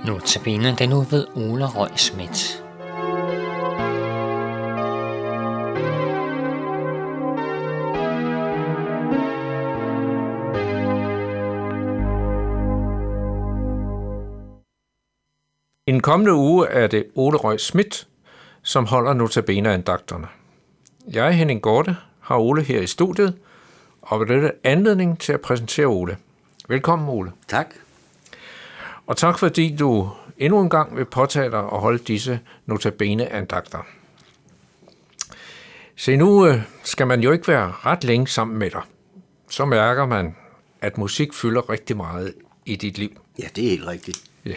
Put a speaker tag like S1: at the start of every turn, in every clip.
S1: Notabene den nu ved Ole Røg Schmidt.
S2: I den kommende uge er det Ole Røg Schmidt, som holder notabene-andagterne. Jeg, Henning Gorte, har Ole her i studiet, og vil dette anledning til at præsentere Ole. Velkommen, Ole.
S3: Tak.
S2: Og tak fordi du endnu en gang vil påtage dig at holde disse notabene-andagter. Se, nu skal man jo ikke være ret længe sammen med dig. Så mærker man, at musik fylder rigtig meget i dit liv.
S3: Ja, det er helt rigtigt.
S2: Ja.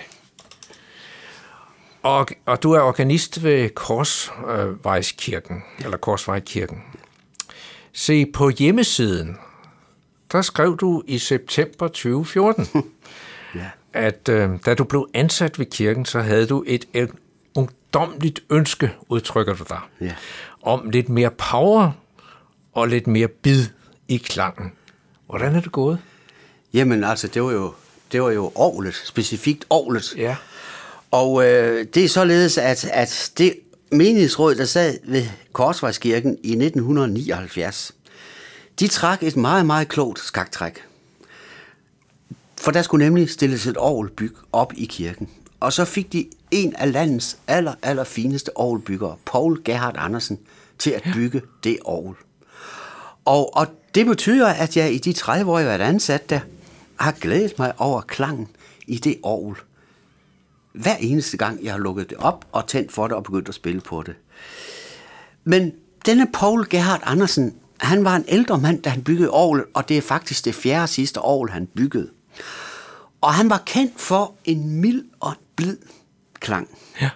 S2: Og du er organist ved Korsvejskirken, eller Korsvejkirken. Se, på hjemmesiden, der skrev du i september 2014,
S3: Ja.
S2: at da du blev ansat ved kirken, så havde du et ungdomligt ønske, udtrykker du dig,
S3: Ja.
S2: om lidt mere power og lidt mere bid i klangen. Hvordan er det gået?
S3: Jamen altså, det var jo orglet, specifikt orglet.
S2: Ja.
S3: Og det er således, at det menighedsråd, der sad ved Korsvejskirken i 1979, de trak et meget, meget klogt skaktræk. For der skulle nemlig stilles et orgelbyg op i kirken. Og så fik de en af landets aller fineste orgelbyggere, Poul Gerhard Andersen, til at bygge det orgel. Og det betyder, at jeg i de 30 år, jeg har været ansat der, har glædet mig over klangen i det orgel. Hver eneste gang, jeg har lukket det op og tændt for det og begyndt at spille på det. Men denne Poul Gerhard Andersen, han var en ældre mand, da han byggede orglet, og det er faktisk det 4. og sidste orgel, han byggede. Og han var kendt for en mild og blid klang.
S2: Ja.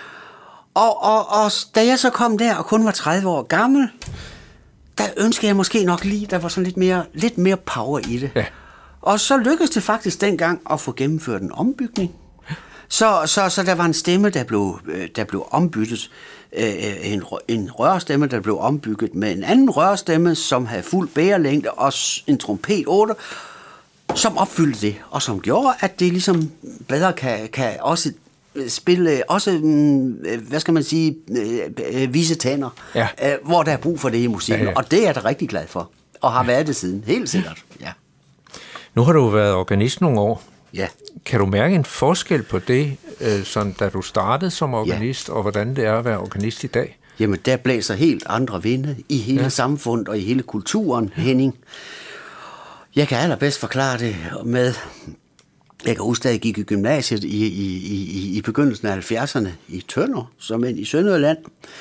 S3: Og da jeg så kom der og kun var 30 år gammel, der ønskede jeg måske nok lige, der var sådan lidt mere power i det.
S2: Ja.
S3: Og så lykkedes det faktisk dengang at få gennemført en ombygning. Så der var en stemme, der blev ombyttet. En rørstemme, der blev ombygget med en anden rørstemme, som havde fuld bærelængde og en trompet 8, som opfyldte det, og som gjorde, at det ligesom bedre kan også spille, hvad skal man sige, vise tænder,
S2: Ja.
S3: hvor der er brug for det i musikken.
S2: Ja.
S3: Og det er jeg da rigtig glad for, og har været det siden, helt sikkert. Ja.
S2: Nu har du været organist nogle år.
S3: Ja.
S2: Kan du mærke en forskel på det, sådan, da du startede som organist, og hvordan det er at være organist i dag?
S3: Jamen, der blæser helt andre vinde i hele samfundet og i hele kulturen, Henning. Jeg kan allerbedst forklare det med, jeg kan huske, da jeg gik i gymnasiet i begyndelsen af 70'erne i Tønder, som i Sønderjylland.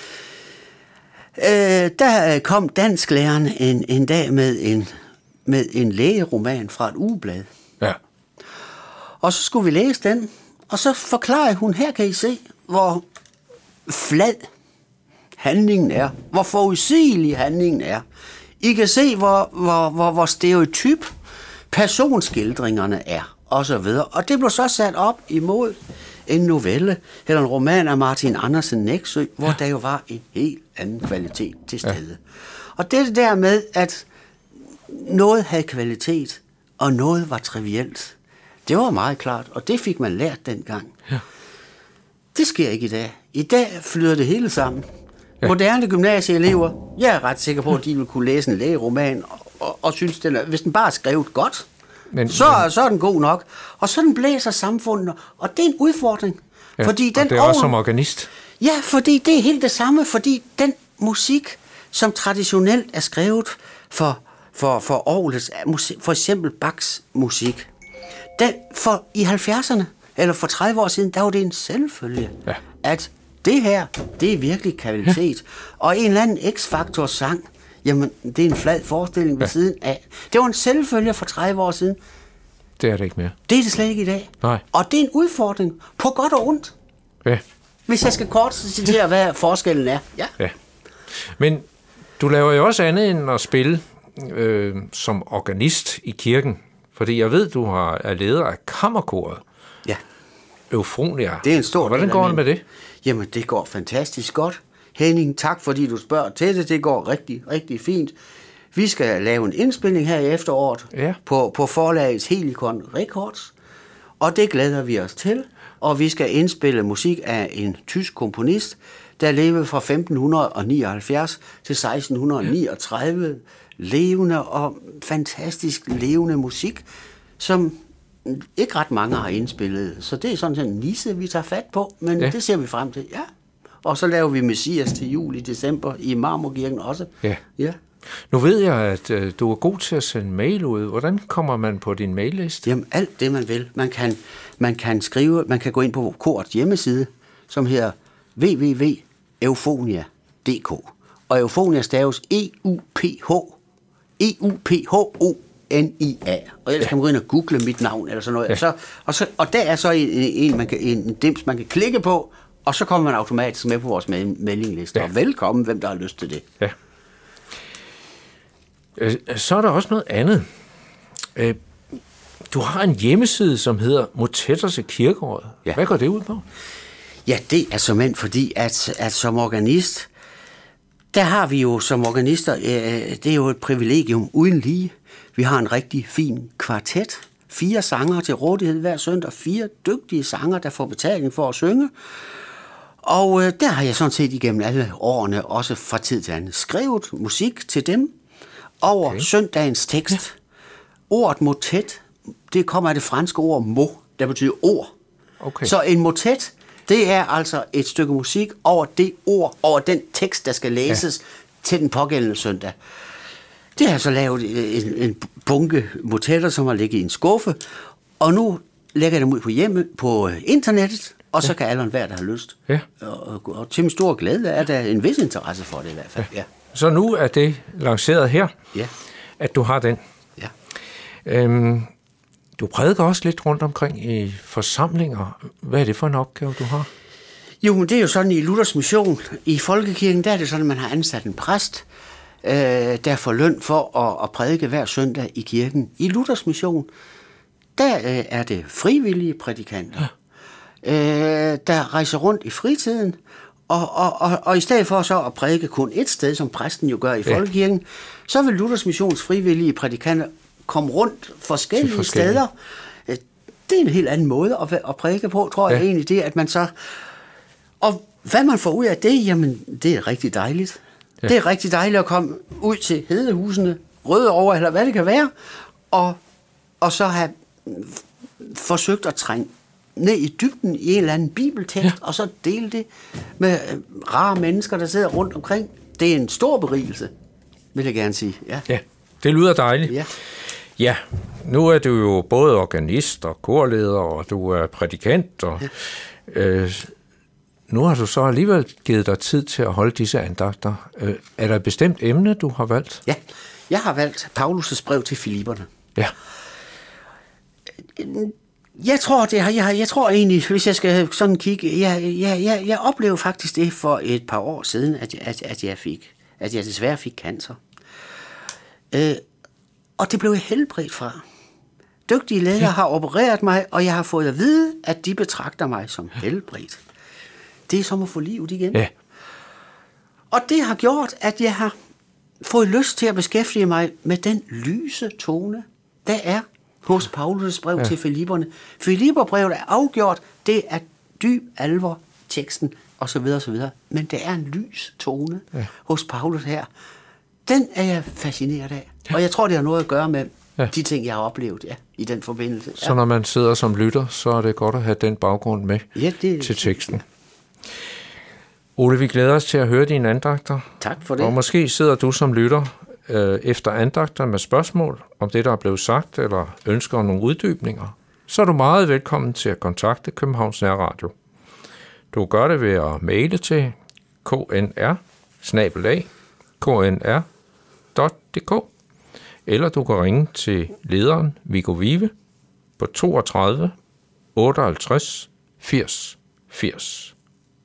S3: Der kom dansklæreren en dag med en lægeroman fra et ugeblad.
S2: Ja.
S3: Og så skulle vi læse den, og så forklarer hun, her kan I se, hvor flad handlingen er, hvor forudsigelig handlingen er. I kan se, hvor stereotyp personskildringerne er, og så videre. Og det blev så sat op imod en novelle, eller en roman af Martin Andersen Nexø, hvor der jo var en helt anden kvalitet til stede. Ja. Og det der med, at noget havde kvalitet, og noget var trivielt, det var meget klart, og det fik man lært dengang. Ja. Det sker ikke i dag. I dag flyder det hele sammen. Ja. Moderne gymnasieelever, jeg er ret sikker på, at de vil kunne læse en lægeroman, og synes, hvis den bare er skrevet godt, så er den god nok. Og sådan blæser samfundet, og det er en udfordring.
S2: Ja,
S3: fordi den
S2: og det er også som organist.
S3: Ja, fordi det er helt det samme, fordi den musik, som traditionelt er skrevet for orglet, for eksempel Bachs musik, i 70'erne, eller for 30 år siden, der var det en selvfølge, at det her, det er virkelig kvalitet. Ja. Og en eller anden X-faktor sang, jamen, det er en flad forestilling ved siden af. Det var en selvfølge for 30 år siden.
S2: Det er det ikke mere.
S3: Det er det slet ikke i dag.
S2: Nej.
S3: Og det er en udfordring, på godt og ondt.
S2: Ja.
S3: Hvis jeg skal kort citere, hvad forskellen er. Ja.
S2: Men du laver jo også andet end at spille som organist i kirken. Fordi jeg ved, du er leder af kammerkoret.
S3: Ja.
S2: Eufronia.
S3: Det er en stor.
S2: Hvordan går det med det?
S3: Jamen, det går fantastisk godt. Henning, tak fordi du spørger til det. Det går rigtig, rigtig fint. Vi skal lave en indspilning her i efteråret på forlagets Helikon Records. Og det glæder vi os til. og vi skal indspille musik af en tysk komponist, der levede fra 1579 til 1639. Levende og fantastisk levende musik, som ikke ret mange har indspillet. Så det er sådan en nisse, vi tager fat på, men det ser vi frem til, ja. Og så laver vi Messias til jul i december i Marmorkirken også. Ja.
S2: Nu ved jeg, at du er god til at sende mail ud. Hvordan kommer man på din mailliste?
S3: Jamen, alt det man vil. Man kan skrive, man kan gå ind på korets hjemmeside, som hedder www.euphonia.dk. Og Euphonia staves EUPHONIA. Og ellers kan man gå ind og google mit navn eller sådan noget. Ja. Og der er så en dims, man kan klikke på, og så kommer man automatisk med på vores mailingliste. Ja. Og velkommen, hvem der har lyst til det.
S2: Ja. Så er der også noget andet. Du har en hjemmeside, som hedder Motetters Kirkeråd. Ja. Hvad går det ud på?
S3: Ja, det er såmænd fordi, at som organist, der har vi jo som organister, det er jo et privilegium uden lige. Vi har en rigtig fin kvartet. 4 sangere til rådighed hver søndag. 4 dygtige sangere, der får betaling for at synge. Og der har jeg sådan set igennem alle årene, også fra tid til anden, skrevet musik til dem over søndagens tekst. Ja. Ordet motet, det kommer af det franske ord mot, der betyder ord. Okay. Så en motet, det er altså et stykke musik over det ord, over den tekst, der skal læses til den pågældende søndag. Det har jeg så lavet en bunke motetter, som har ligget i en skuffe, og nu lægger jeg dem ud på internettet, og så kan alle hver, der har lyst. Ja. Og til min store glæde er der en vis interesse for det i hvert fald. Ja.
S2: Så nu er det lanceret her, at du har den.
S3: Ja.
S2: Du prædiker også lidt rundt omkring i forsamlinger. Hvad er det for en opgave, du har?
S3: Jo, men det er jo sådan i Luthers Mission. I Folkekirken, der er det sådan, at man har ansat en præst, der får løn for at prædike hver søndag i kirken. I Luthers Mission, der er det frivillige prædikanter, der rejser rundt i fritiden, og i stedet for så at prædike kun et sted, som præsten jo gør i Folkekirken, så vil Luthers Missions frivillige prædikanter komme rundt forskellige steder. Det er en helt anden måde at prædike på, tror jeg egentlig, det at man så... Og hvad man får ud af det, jamen, det er rigtig dejligt. Ja. Det er rigtig dejligt at komme ud til Hedehusene, Rødovre, eller hvad det kan være, og så have forsøgt at trænge ned i dybden i en eller anden bibeltekst, og så dele det med rare mennesker, der sidder rundt omkring. Det er en stor berigelse, vil jeg gerne sige.
S2: Ja, det lyder dejligt. Ja, nu er du jo både organist og korleder, og du er prædikant, og nu har du så alligevel givet dig tid til at holde disse andagter. Er der et bestemt emne, du har valgt?
S3: Ja, jeg har valgt Paulus' brev til Filipperne.
S2: Ja.
S3: Jeg tror egentlig, hvis jeg skal sådan kigge, jeg oplevede faktisk det for et par år siden, at jeg desværre fik cancer. Og det blev jeg helbredt fra. Dygtige læger har opereret mig, og jeg har fået at vide, at de betragter mig som helbredt. Det er som at få livet igen. Ja. Og det har gjort, at jeg har fået lyst til at beskæftige mig med den lyse tone, der er hos Paulus' brev til Filipperne. Filipperbrevet er afgjort, det er dyb alvor, teksten osv. osv. Men det er en lys tone hos Paulus her. Den er jeg fascineret af. Og jeg tror, det har noget at gøre med de ting, jeg har oplevet i den forbindelse.
S2: Så når man sidder som lytter, så er det godt at have den baggrund med til teksten. Ole, vi glæder os til at høre dine andagter.
S3: Tak for det.
S2: Og måske sidder du som lytter efter andagter med spørgsmål om det, der er blevet sagt, eller ønsker om nogle uddybninger, så er du meget velkommen til at kontakte Københavns Nærradio. Du gør det ved at maile til knr@knr.dk, eller du kan ringe til lederen Viggo Vive på 32 58 80 80.